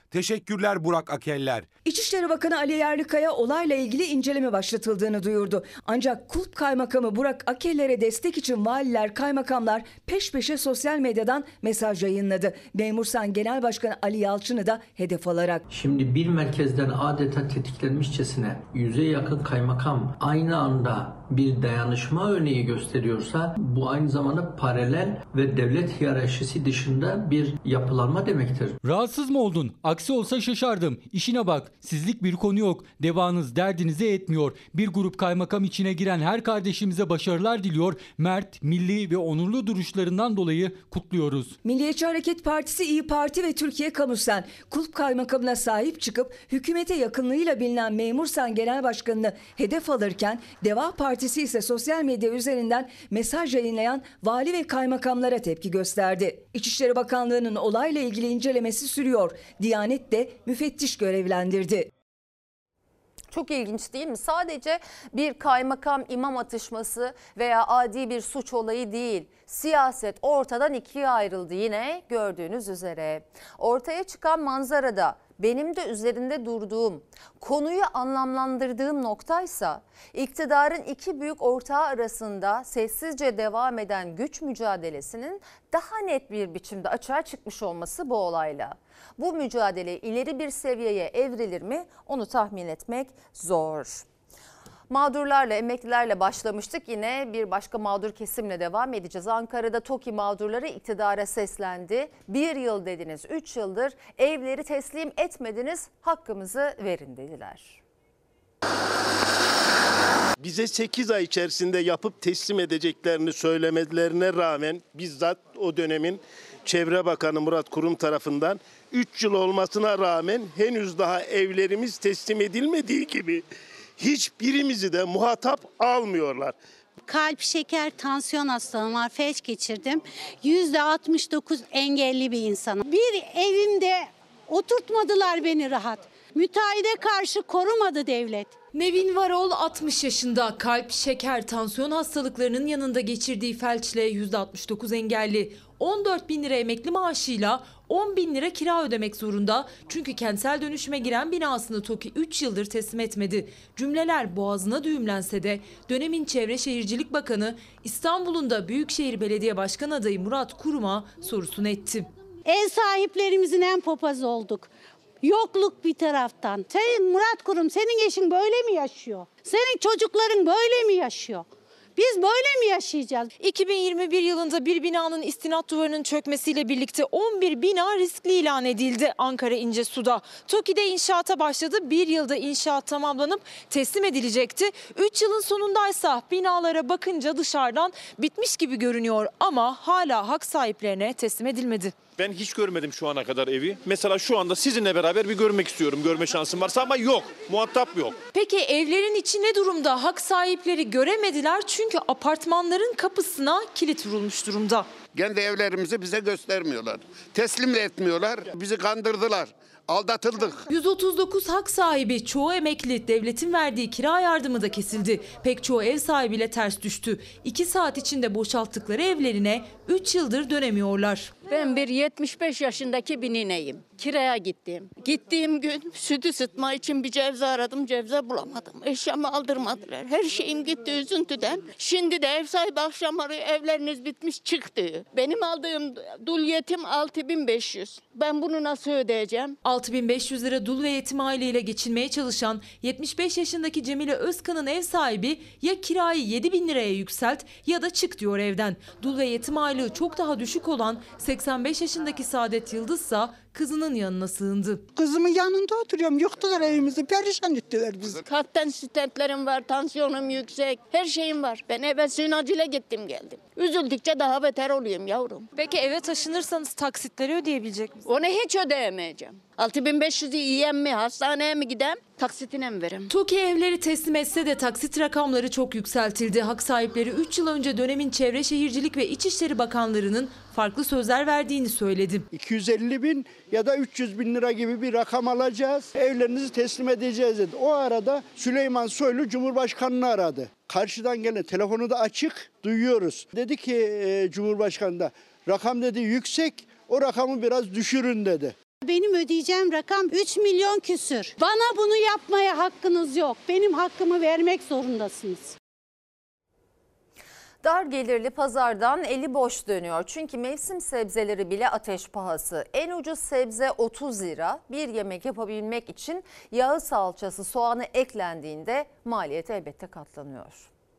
Teşekkürler Burak Akeller. İçişleri Bakanı Ali Yerlikaya olayla ilgili inceleme başlatıldığını duyurdu. Ancak Kulp Kaymakamı Burak Akeller'e destek için valiler, kaymakamlar peş peşe sosyal medyadan mesaj yayınladı. Memursan Genel Başkanı Ali Yalçın'ı da hedef alarak. Şimdi bir merkezden adeta tetiklenmişçesine yüze yakın kaymakam aynı anda bir dayanışma örneği gösteriyorsa bu aynı zamanda paralel ve devlet hiyerarşisi dışında bir yapılanma demektir. Rahatsız mı oldun? Aksi olsa şaşardım. İşine bak. Sizlik bir konu yok. Devanız derdinize etmiyor. Bir grup kaymakam içine giren her kardeşimize başarılar diliyor. Mert, milli ve onurlu duruşlarından dolayı kutluyoruz. Milliyetçi Hareket Partisi, İyi Parti ve Türkiye Kamusen Kulp Kaymakamına sahip çıkıp hükümete yakınlığıyla bilinen Memursan Genel Başkanı'nı hedef alırken Deva Partisi ise sosyal medya üzerinden mesaj yayınlayan vali ve kaymakamlara tepki gösterdi. İçişleri Bakanlığı'nın olayla ilgili incelemesi sürüyor. Diyanet de müfettiş görevlendirdi. Çok ilginç değil mi? Sadece bir kaymakam imam atışması veya adi bir suç olayı değil. Siyaset ortadan ikiye ayrıldı yine gördüğünüz üzere. Ortaya çıkan manzarada benim de üzerinde durduğum, konuyu anlamlandırdığım noktaysa iktidarın iki büyük ortağı arasında sessizce devam eden güç mücadelesinin daha net bir biçimde açığa çıkmış olması bu olayla. Bu mücadele ileri bir seviyeye evrilir mi onu tahmin etmek zor. Mağdurlarla, emeklilerle başlamıştık. Yine bir başka mağdur kesimle devam edeceğiz. Ankara'da TOKİ mağdurları iktidara seslendi. Bir yıl dediniz, üç yıldır evleri teslim etmediniz, hakkımızı verin dediler. Bize sekiz ay içerisinde yapıp teslim edeceklerini söylemelerine rağmen bizzat o dönemin Çevre Bakanı Murat Kurum tarafından üç yıl olmasına rağmen henüz daha evlerimiz teslim edilmediği gibi hiçbirimizi de muhatap almıyorlar. Kalp, şeker, tansiyon hastalığım var, felç geçirdim. yüzde altmış dokuz engelli bir insanım. Bir evimde oturtmadılar beni rahat. Müteahhide karşı korumadı devlet. Nevin Varol altmış yaşında, kalp, şeker, tansiyon hastalıklarının yanında geçirdiği felçle yüzde altmış dokuz engelli. on dört bin lira emekli maaşıyla on bin lira kira ödemek zorunda. Çünkü kentsel dönüşüme giren binasını TOKİ üç yıldır teslim etmedi. Cümleler boğazına düğümlense de dönemin Çevre Şehircilik Bakanı İstanbul'un da Büyükşehir Belediye Başkan adayı Murat Kurum'a sorusunu etti. Ev sahiplerimizin en papazı olduk. Yokluk bir taraftan. Senin Murat Kurum, senin eşin böyle mi yaşıyor? Senin çocukların böyle mi yaşıyor? Biz böyle mi yaşayacağız? iki bin yirmi bir yılında bir binanın istinat duvarının çökmesiyle birlikte on bir bina riskli ilan edildi Ankara İncesu'da. TOKİ'de inşaata başladı. Bir yılda inşaat tamamlanıp teslim edilecekti. üç yılın sonundaysa binalara bakınca dışarıdan bitmiş gibi görünüyor ama hala hak sahiplerine teslim edilmedi. Ben hiç görmedim şu ana kadar evi. Mesela şu anda sizinle beraber bir görmek istiyorum. Görme şansım varsa ama yok. Muhatap yok. Peki evlerin içi ne durumda? Hak sahipleri göremediler çünkü apartmanların kapısına kilit vurulmuş durumda. Kendi evlerimizi bize göstermiyorlar. Teslim de etmiyorlar. Bizi kandırdılar. Aldatıldık. yüz otuz dokuz hak sahibi, çoğu emekli, devletin verdiği kira yardımı da kesildi. Pek çoğu ev sahibiyle ters düştü. iki saat içinde boşalttıkları evlerine üç yıldır dönemiyorlar. Ben bir yetmiş beş yaşındaki bir nineyim. Kiraya gittim. Gittiğim gün sütü sıtma için bir cevze aradım. Cevze bulamadım. Eşyamı aldırmadılar. Her şeyim gitti üzüntüden. Şimdi de ev sahibi akşamları evleriniz bitmiş çıktı. Benim aldığım dul yetim altı bin beş yüz. Ben bunu nasıl ödeyeceğim? altı bin beş yüz lira dul ve yetim aileyle geçinmeye çalışan yetmiş beş yaşındaki Cemile Özkan'ın ev sahibi ya kirayı yedi bin liraya yükselt ya da çık diyor evden. Dul ve yetim aylığı çok daha düşük olan seksen beş yaşındaki Saadet Yıldızsa kızının yanına sığındı. Kızımın yanında oturuyorum. Yıktılar evimizi, perişan ettiler bizi. Kalpten stentlerim var, tansiyonum yüksek, her şeyim var. Ben eve sünacile gittim geldim. Üzüldükçe daha beter oluyorum yavrum. Peki eve taşınırsanız taksitleri ödeyebilecek misiniz? Onu hiç ödeyemeyeceğim. altı bin beş yüzü yiyen mi, hastaneye mi gidem, taksitine mi verem? TOKİ evleri teslim etse de taksit rakamları çok yükseltildi. Hak sahipleri üç yıl önce dönemin Çevre Şehircilik ve İçişleri Bakanlarının farklı sözler verdiğini söyledi. iki yüz elli bin ya da üç yüz bin lira gibi bir rakam alacağız. Evlerinizi teslim edeceğiz dedi. O arada Süleyman Soylu Cumhurbaşkanı'nı aradı. Karşıdan gelen telefonu da açık duyuyoruz. Dedi ki e, Cumhurbaşkanı da rakam dedi yüksek, o rakamı biraz düşürün dedi. Benim ödeyeceğim rakam üç milyon küsür. Bana bunu yapmaya hakkınız yok. Benim hakkımı vermek zorundasınız. Dar gelirli pazardan eli boş dönüyor. Çünkü mevsim sebzeleri bile ateş pahası. En ucuz sebze otuz lira. Bir yemek yapabilmek için yağı, salçası, soğanı eklendiğinde maliyet elbette katlanıyor.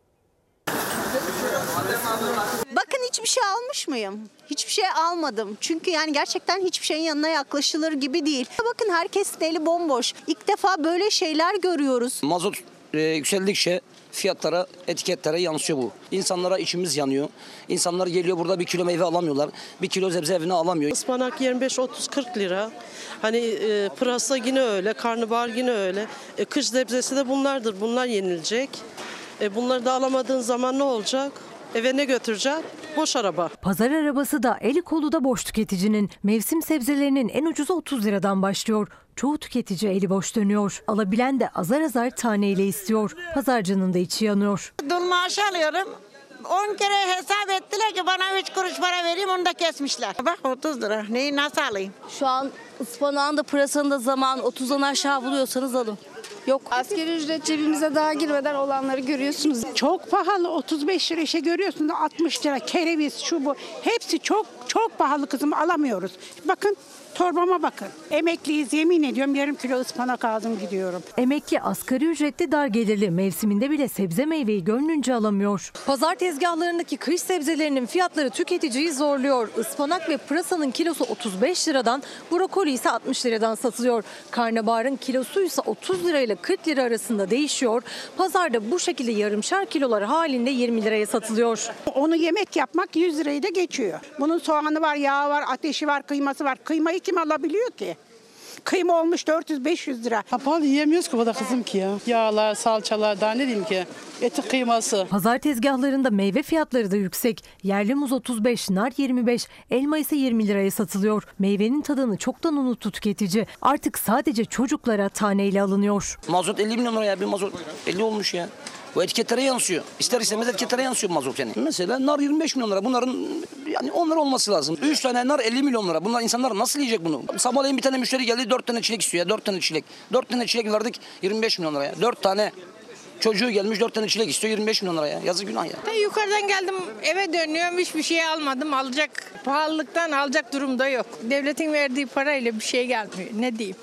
Bakın hiçbir şey almış mıyım? Hiçbir şey almadım. Çünkü yani gerçekten hiçbir şeyin yanına yaklaşılır gibi değil. Bakın herkesin eli bomboş. İlk defa böyle şeyler görüyoruz. Mazot e, yükseldikçe fiyatlara, etiketlere yansıyor bu. İnsanlara içimiz yanıyor. İnsanlar geliyor burada bir kilo meyve alamıyorlar. Bir kilo sebze evine alamıyor. Ispanak yirmi beş otuz kırk lira. Hani e, pırasa yine öyle, karnabahar yine öyle. E, kış sebzesi de bunlardır. Bunlar yenilecek. E, bunları da alamadığın zaman ne olacak? Eve ne götürecek? Boş araba. Pazar arabası da eli kolu da boş tüketicinin. Mevsim sebzelerinin en ucuzu otuz liradan başlıyor. Çoğu tüketici eli boş dönüyor. Alabilen de azar azar taneyle istiyor. Pazarcının da içi yanıyor. Dul maaşı alıyorum. on kere hesap ettiler ki bana üç kuruş para vereyim, onu da kesmişler. Bak otuz lira. Neyi nasıl alayım? Şu an ıspanağın da pırasanın da zamanı otuzdan aşağı buluyorsanız alın. Yok. Asgari ücret cebimize daha girmeden olanları görüyorsunuz. Çok pahalı, otuz beş lira işe görüyorsunuz, altmış lira kereviz şu bu. Hepsi çok çok pahalı kızım, alamıyoruz. Bakın torbama bakın. Emekliyiz, yemin ediyorum yarım kilo ıspanak aldım gidiyorum. Emekli asgari ücretli dar gelirli mevsiminde bile sebze meyveyi gönlünce alamıyor. Pazar tezgahlarındaki kış sebzelerinin fiyatları tüketiciyi zorluyor. Ispanak ve pırasanın kilosu otuz beş liradan, brokoli ise altmış liradan satılıyor. Karnabaharın kilosu ise otuz lirayla kırk lira arasında değişiyor. Pazarda bu şekilde yarımşar kilolar halinde yirmi liraya satılıyor. Onu yemek yapmak yüz lirayı da geçiyor. Bunun soğanı var, yağı var, ateşi var, kıyması var. Kıymayı kim alabiliyor ki? Kıyma olmuş dört yüz beş yüz lira. Pahalı yiyemiyoruz ki bu da kızım ki ya. Yağlar, salçalar, daha ne diyeyim ki? Eti, kıyması. Pazar tezgahlarında meyve fiyatları da yüksek. Yerli muz otuz beş, nar yirmi beş, elma ise yirmi liraya satılıyor. Meyvenin tadını çoktan unuttu tüketici. Artık sadece çocuklara taneyle alınıyor. Mazot elli milyon lira ya, bir mazot elli olmuş ya. Bu etiketlere yansıyor. İster istemez etiketlere yansıyor mazot yani. Mesela nar yirmi beş milyon lira. Bunların yani on lira olması lazım. üç tane nar elli milyon lira. Bunlar insanlar nasıl yiyecek bunu? Sabahleyin bir tane müşteri geldi, dört tane çilek istiyor ya. dört tane çilek. dört tane çilek verdik yirmi beş milyon liraya. dört tane çocuğu gelmiş dört tane çilek istiyor yirmi beş milyon liraya. Yazık günah ya. Ben yukarıdan geldim, eve dönüyorum, hiçbir şey almadım. Alacak pahalılıktan alacak durumda yok. Devletin verdiği parayla bir şey gelmiyor. Ne diyeyim?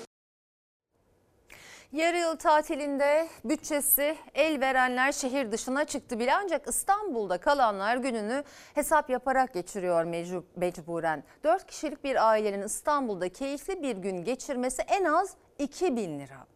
Yarı yıl tatilinde bütçesi el verenler şehir dışına çıktı bile, ancak İstanbul'da kalanlar gününü hesap yaparak geçiriyor mecburen. dört kişilik bir ailenin İstanbul'da keyifli bir gün geçirmesi en az iki bin lira.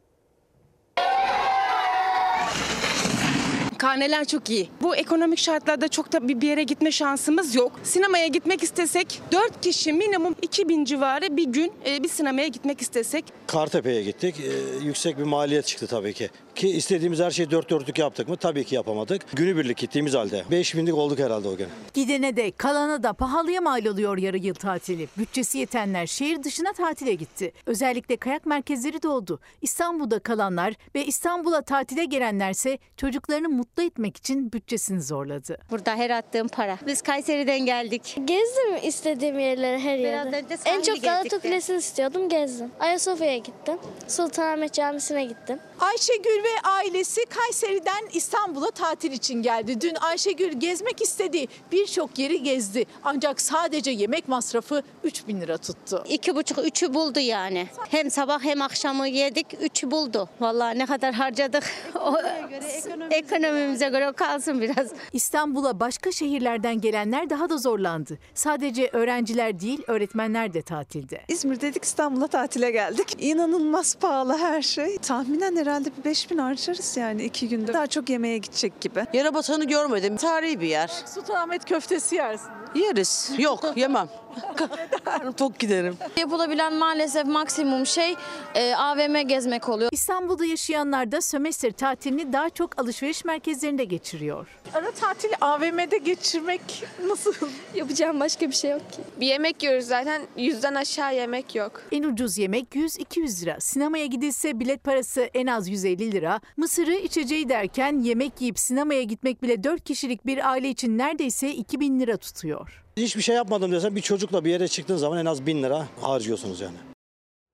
Karneler çok iyi. Bu ekonomik şartlarda çok da bir yere gitme şansımız yok. Sinemaya gitmek istesek dört kişi minimum iki bin civarı bir gün bir sinemaya gitmek istesek. Kartepe'ye gittik. Ee, yüksek bir maliyet çıktı tabii ki. Ki istediğimiz her şeyi dört dörtlük yaptık mı? Tabii ki yapamadık. Günübirlik gittiğimiz halde. beş binlik olduk herhalde o gün. Gidene de kalana da pahalıya mal oluyor yarı yıl tatili. Bütçesi yetenler şehir dışına tatile gitti. Özellikle kayak merkezleri doldu. İstanbul'da kalanlar ve İstanbul'a tatile gelenlerse çocuklarını mutlu etmek için bütçesini zorladı. Burada her attığım para. Biz Kayseri'den geldik. Gezdim istediğim yerlere, her yere. En çok Galata Kulesi'ni istiyordum, gezdim. Ayasofya'ya gittim. Sultanahmet Camisi'ne gittim. Ayşegül ve ailesi Kayseri'den İstanbul'a tatil için geldi. Dün Ayşegül gezmek istediği birçok yeri gezdi. Ancak sadece yemek masrafı üç bin lira tuttu. İki buçuk, üçü buldu yani. Hem sabah hem akşamı yedik, üçü buldu. Vallahi ne kadar harcadık. O, göre, ekonomimize göre kalsın biraz. İstanbul'a başka şehirlerden gelenler daha da zorlandı. Sadece öğrenciler değil, öğretmenler de tatilde. İzmir dedik, İstanbul'a tatile geldik. İnanılmaz pahalı her şey. Tahminen herhalde bir beş bin harcarız yani iki günde. Daha çok yemeğe gidecek gibi. Yerebatanı görmedim. Tarihi bir yer. Sultanahmet köftesi yersin. Yeriz. Yok, yemem. Tok giderim. Yapılabilen maalesef maksimum şey e, A V M gezmek oluyor. İstanbul'da yaşayanlar da sömestr tatilini daha çok alışveriş merkezlerinde geçiriyor. Ara tatili A V M'de geçirmek nasıl? Yapacağım başka bir şey yok ki. Bir yemek yiyoruz zaten, yüzden aşağı yemek yok. En ucuz yemek yüz iki yüz lira. Sinemaya gidilse bilet parası en az yüz elli lira. Mısırı içeceği derken yemek yiyip sinemaya gitmek bile dört kişilik bir aile için neredeyse iki bin lira tutuyor. Hiçbir şey yapmadım desem bir çocukla bir yere çıktığın zaman en az bin lira harcıyorsunuz yani.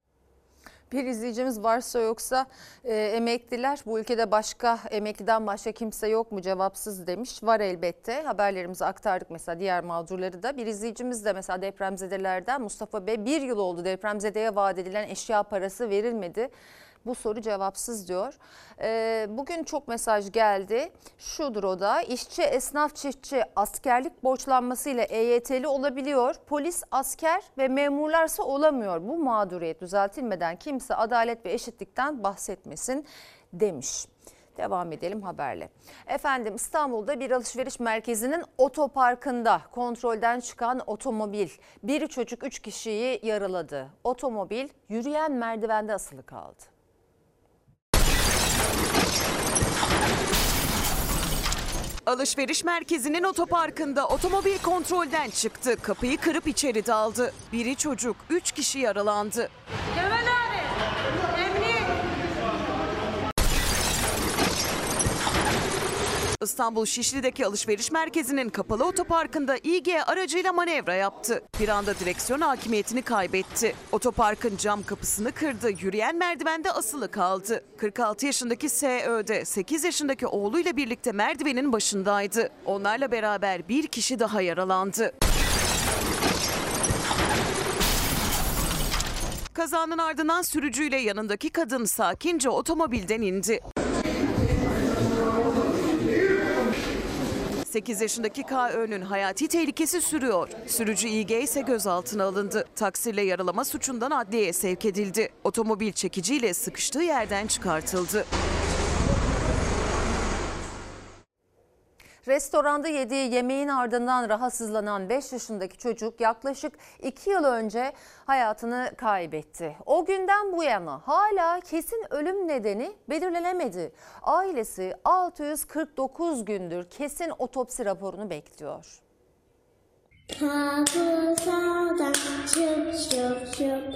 Bir izleyicimiz varsa yoksa e, emekliler, bu ülkede başka emekliden başka kimse yok mu cevapsız demiş. Var elbette, haberlerimizi aktardık mesela diğer mağdurları da. Bir izleyicimiz de mesela depremzedelerden Mustafa Bey, bir yıl oldu depremzedeye vaat edilen eşya parası verilmedi. Bu soru cevapsız diyor. Ee, bugün çok mesaj geldi. Şudur o da: işçi, esnaf, çiftçi askerlik borçlanmasıyla E Y T'li olabiliyor. Polis, asker ve memurlarsa olamıyor. Bu mağduriyet düzeltilmeden kimse adalet ve eşitlikten bahsetmesin demiş. Devam edelim haberle. Efendim, İstanbul'da bir alışveriş merkezinin otoparkında kontrolden çıkan otomobil bir çocuk üç kişiyi yaraladı. Otomobil yürüyen merdivende asılı kaldı. Alışveriş merkezinin otoparkında otomobil kontrolden çıktı. Kapıyı kırıp içeri daldı. Biri çocuk, üç kişi yaralandı. Kemal abi, emniyet. İstanbul Şişli'deki alışveriş merkezinin kapalı otoparkında İ G aracıyla manevra yaptı. Bir anda direksiyon hakimiyetini kaybetti. Otoparkın cam kapısını kırdı, yürüyen merdivende asılı kaldı. kırk altı yaşındaki S Ö'de sekiz yaşındaki oğluyla birlikte merdivenin başındaydı. Onlarla beraber bir kişi daha yaralandı. Kazanın ardından sürücüyle yanındaki kadın sakince otomobilden indi. sekiz yaşındaki K Ö'nün hayati tehlikesi sürüyor. Sürücü İ G ise gözaltına alındı. Taksirle yaralama suçundan adliyeye sevk edildi. Otomobil çekiciyle sıkıştığı yerden çıkartıldı. Restoranda yediği yemeğin ardından rahatsızlanan beş yaşındaki çocuk yaklaşık iki yıl önce hayatını kaybetti. O günden bu yana hala kesin ölüm nedeni belirlenemedi. Ailesi altı yüz kırk dokuz gündür kesin otopsi raporunu bekliyor. Kabuslardan çık çık çık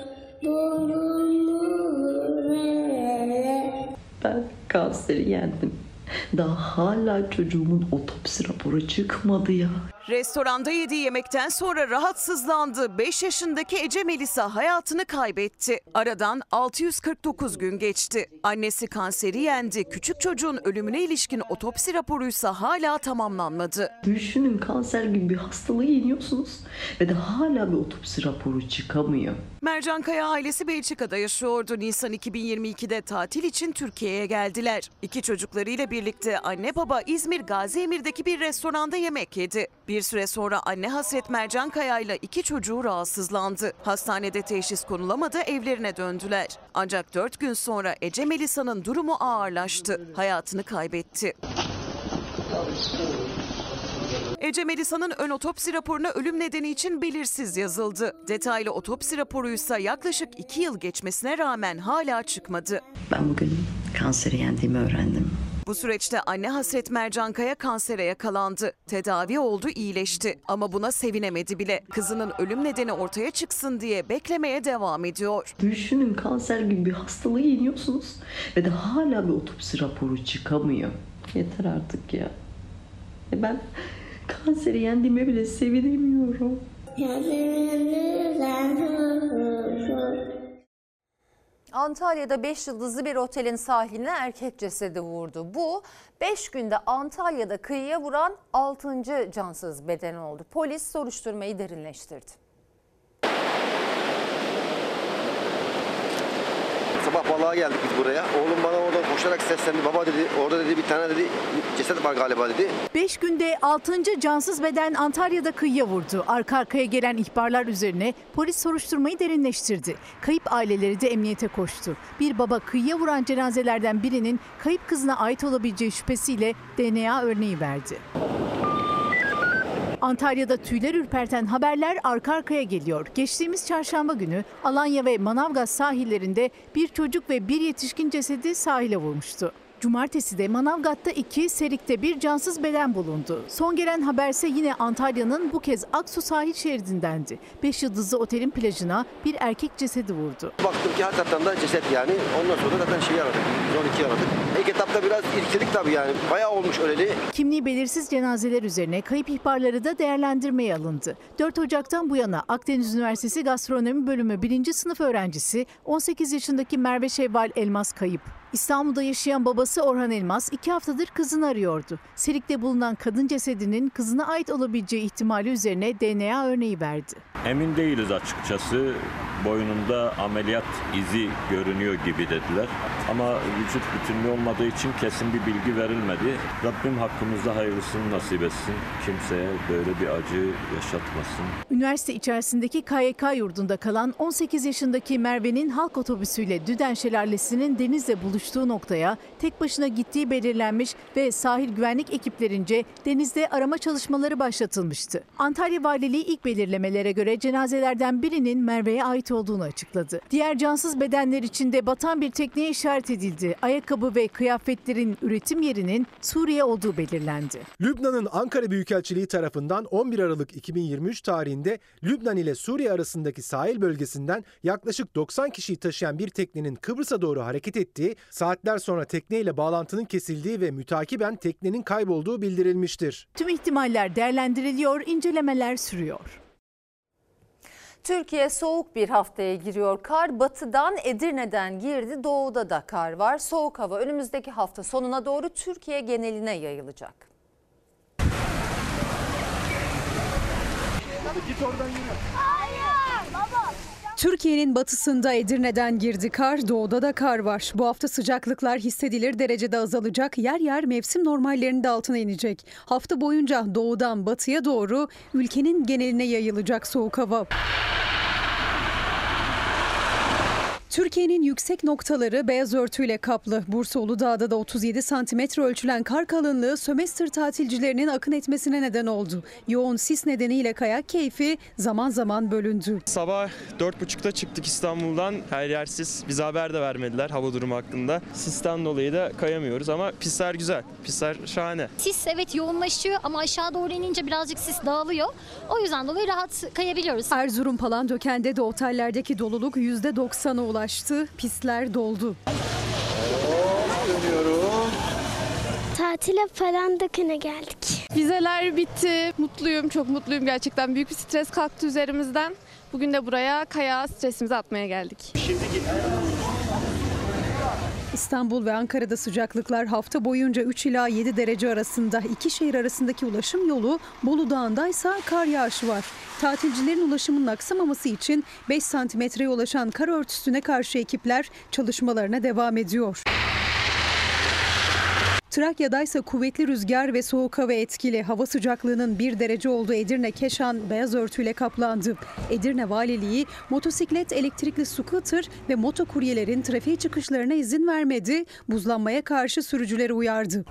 Ben kanseri yendim. Daha hala çocuğumun otopsi raporu çıkmadı ya. Restoranda yediği yemekten sonra rahatsızlandı. beş yaşındaki Ece Melisa hayatını kaybetti. Aradan altı yüz kırk dokuz gün geçti. Annesi kanseri yendi. Küçük çocuğun ölümüne ilişkin otopsi raporuysa hala tamamlanmadı. Düşünün, kanser gibi bir hastalığı yeniyorsunuz ve de hala bir otopsi raporu çıkamıyor. Mercan Kaya ailesi Belçika'da yaşıyordu. Nisan iki bin yirmi ikide tatil için Türkiye'ye geldiler. İki çocuklarıyla birlikte anne baba İzmir Gaziemir'deki bir restoranda yemek yedi. Bir süre sonra anne Hasret Mercan Kaya ile iki çocuğu rahatsızlandı. Hastanede teşhis konulamadı, evlerine döndüler. Ancak dört gün sonra Ece Melisa'nın durumu ağırlaştı. Hayatını kaybetti. Ece Melisa'nın ön otopsi raporuna ölüm nedeni için belirsiz yazıldı. Detaylı otopsi raporuysa yaklaşık iki yıl geçmesine rağmen hala çıkmadı. Ben bugün kanseri yendiğimi öğrendim. Bu süreçte anne Hasret Mercan Kaya kansere yakalandı. Tedavi oldu, iyileşti ama buna sevinemedi bile. Kızının ölüm nedeni ortaya çıksın diye beklemeye devam ediyor. Düşünün, kanser gibi bir hastalığı yeniyorsunuz ve de hala bir otopsi raporu çıkamıyor. Yeter artık ya. E ben kanseri yendiğime bile sevinemiyorum. Antalya'da beş yıldızlı bir otelin sahiline erkek cesedi vurdu. Bu beş günde Antalya'da kıyıya vuran altıncı cansız beden oldu. Polis soruşturmayı derinleştirdi. Sabah balığa geldik biz buraya. Oğlum bana orada koşarak seslendi. Baba dedi, orada dedi bir tane dedi ceset var galiba dedi. beş günde altıncı cansız beden Antalya'da kıyıya vurdu. Arka arkaya gelen ihbarlar üzerine polis soruşturmayı derinleştirdi. Kayıp aileleri de emniyete koştu. Bir baba kıyıya vuran cenazelerden birinin kayıp kızına ait olabileceği şüphesiyle D N A örneği verdi. Antalya'da tüyler ürperten haberler arka arkaya geliyor. Geçtiğimiz çarşamba günü Alanya ve Manavgat sahillerinde bir çocuk ve bir yetişkin cesedi sahile vurmuştu. Cumartesi de Manavgat'ta iki, Serik'te bir cansız beden bulundu. Son gelen haberse yine Antalya'nın bu kez Aksu sahil şeridindendi. Beş yıldızlı otelin plajına bir erkek cesedi vurdu. Baktım ki hakikaten da ceset yani. Ondan sonra zaten şeyi aradık. yüz on ikiyi aradık. İlk etap da biraz irkilik tabii yani. Bayağı olmuş öleli. Kimliği belirsiz cenazeler üzerine kayıp ihbarları da değerlendirmeye alındı. dört Ocak'tan bu yana Akdeniz Üniversitesi Gastronomi Bölümü birinci sınıf öğrencisi on sekiz yaşındaki Merve Şevval Elmas kayıp. İstanbul'da yaşayan babası Orhan Elmas iki haftadır kızını arıyordu. Serik'te bulunan kadın cesedinin kızına ait olabileceği ihtimali üzerine D N A örneği verdi. Emin değiliz açıkçası. Boynunda ameliyat izi görünüyor gibi dediler. Ama vücut bütünlüğü olmadığı için kesin bir bilgi verilmedi. Rabbim hakkımızda hayırlısını nasip etsin. Kimseye böyle bir acı yaşatmasın. Üniversite içerisindeki K Y K yurdunda kalan on sekiz yaşındaki Merve'nin halk otobüsüyle Düden Şelalesi'nin denizle buluştuğu noktaya tek başına gittiği belirlenmiş ve sahil güvenlik ekiplerince denizde arama çalışmaları başlatılmıştı. Antalya Valiliği ilk belirlemelere göre cenazelerden birinin Merve'ye ait olduğunu açıkladı. Diğer cansız bedenler içinde batan bir tekneye işaret edildi. Ayakkabı ve kıyafetlerin üretim yerinin Suriye olduğu belirlendi. Lübnan'ın Ankara Büyükelçiliği tarafından on bir Aralık iki bin yirmi üç tarihinde Lübnan ile Suriye arasındaki sahil bölgesinden yaklaşık doksan kişiyi taşıyan bir teknenin Kıbrıs'a doğru hareket ettiği, saatler sonra tekneyle bağlantının kesildiği ve mütakiben teknenin kaybolduğu bildirilmiştir. Tüm ihtimaller değerlendiriliyor, incelemeler sürüyor. Türkiye soğuk bir haftaya giriyor. Kar batıdan Edirne'den girdi. Doğuda da kar var. Soğuk hava önümüzdeki hafta sonuna doğru Türkiye geneline yayılacak. Git oradan yürü. Hayır baba. Türkiye'nin batısında Edirne'den girdi kar, doğuda da kar var. Bu hafta sıcaklıklar hissedilir derecede azalacak, yer yer mevsim normallerinin de altına inecek. Hafta boyunca doğudan batıya doğru ülkenin geneline yayılacak soğuk hava. Türkiye'nin yüksek noktaları beyaz örtüyle kaplı. Bursa Uludağ'da da otuz yedi santimetre ölçülen kar kalınlığı sömestr tatilcilerinin akın etmesine neden oldu. Yoğun sis nedeniyle kayak keyfi zaman zaman bölündü. Sabah dört buçukta çıktık İstanbul'dan. Her yer sis. Bize haber de vermediler hava durumu hakkında. Sisten dolayı da kayamıyoruz ama pistler güzel. Pistler şahane. Sis evet yoğunlaşıyor ama aşağı doğru inince birazcık sis dağılıyor. O yüzden dolayı rahat kayabiliyoruz. Erzurum Palandöken'de de otellerdeki doluluk yüzde doksana ulaştı. Pistler doldu. Tatile Palandöken'e geldik. Vizeler bitti. Mutluyum, çok mutluyum gerçekten. Büyük bir stres kalktı üzerimizden. Bugün de buraya kayağa stresimizi atmaya geldik. İstanbul ve Ankara'da sıcaklıklar hafta boyunca üç ila yedi derece arasında. İki şehir arasındaki ulaşım yolu Bolu Dağı'ndaysa kar yağışı var. Tatilcilerin ulaşımının aksamaması için beş santimetreye ulaşan kar örtüsüne karşı ekipler çalışmalarına devam ediyor. Trakya'daysa kuvvetli rüzgar ve soğuk hava etkili. Hava sıcaklığının bir derece olduğu Edirne Keşan beyaz örtüyle kaplandı. Edirne Valiliği motosiklet, elektrikli scooter ve motokuryelerin trafiğe çıkışlarına izin vermedi. Buzlanmaya karşı sürücüleri uyardı.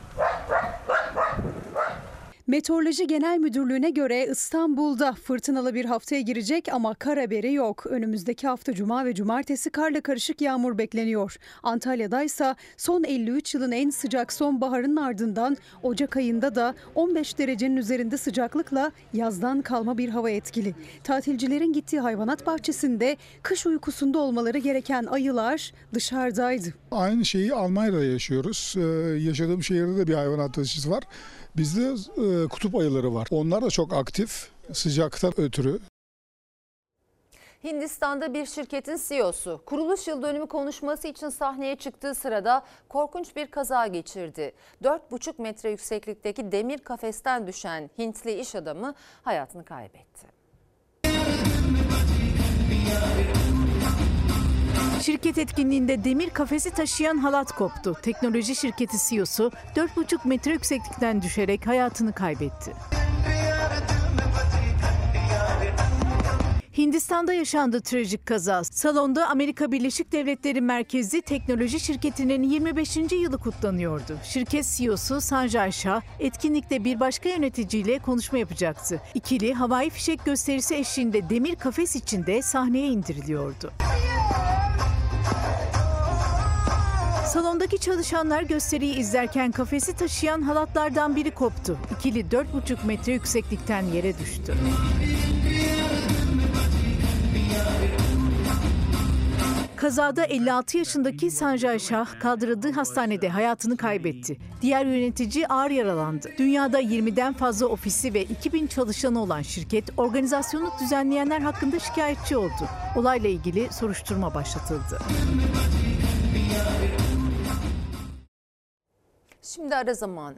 Meteoroloji Genel Müdürlüğü'ne göre İstanbul'da fırtınalı bir haftaya girecek ama kar haberi yok. Önümüzdeki hafta Cuma ve Cumartesi karla karışık yağmur bekleniyor. Antalya'daysa son elli üç yılın en sıcak sonbaharının ardından Ocak ayında da on beş derecenin üzerinde sıcaklıkla yazdan kalma bir hava etkili. Tatilcilerin gittiği hayvanat bahçesinde kış uykusunda olmaları gereken ayılar dışarıdaydı. Aynı şeyi Almanya'da yaşıyoruz. Ee, yaşadığım şehirde de bir hayvanat bahçesi var. Bizde e, kutup ayıları var. Onlar da çok aktif sıcaktan ötürü. Hindistan'da bir şirketin C E O'su kuruluş yıl dönümü konuşması için sahneye çıktığı sırada korkunç bir kaza geçirdi. dört buçuk metre yükseklikteki demir kafesten düşen Hintli iş adamı hayatını kaybetti. Şirket etkinliğinde demir kafesi taşıyan halat koptu. Teknoloji şirketi C E O'su dört buçuk metre yükseklikten düşerek hayatını kaybetti. Hindistan'da yaşandı trajik kaza. Salonda Amerika Birleşik Devletleri merkezli teknoloji şirketinin yirmi beşinci yılı kutlanıyordu. Şirket C E O'su Sanjay Shah etkinlikte bir başka yöneticiyle konuşma yapacaktı. İkili havai fişek gösterisi eşliğinde demir kafes içinde sahneye indiriliyordu. Salondaki çalışanlar gösteriyi izlerken kafesi taşıyan halatlardan biri koptu. İkili dört buçuk metre yükseklikten yere düştü. Kazada elli altı yaşındaki Sanjay Shah kaldırıldığı hastanede hayatını kaybetti. Diğer yönetici ağır yaralandı. Dünyada yirmiden fazla ofisi ve iki bin çalışanı olan şirket organizasyonu düzenleyenler hakkında şikayetçi oldu. Olayla ilgili soruşturma başlatıldı. Şimdi ara zamanı.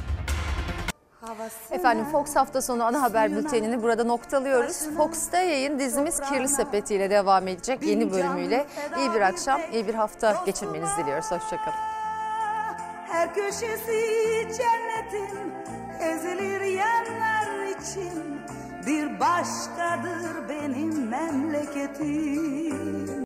Efendim Fox hafta sonu ana haber bültenini burada noktalıyoruz. Fox'ta yayın dizimiz Kirli Sepeti ile devam edecek yeni bölümüyle. İyi bir akşam, iyi bir hafta geçirmenizi diliyoruz. Hoşçakalın. Her köşesi cennetin ezilir yerler için bir başkadır benim memleketim.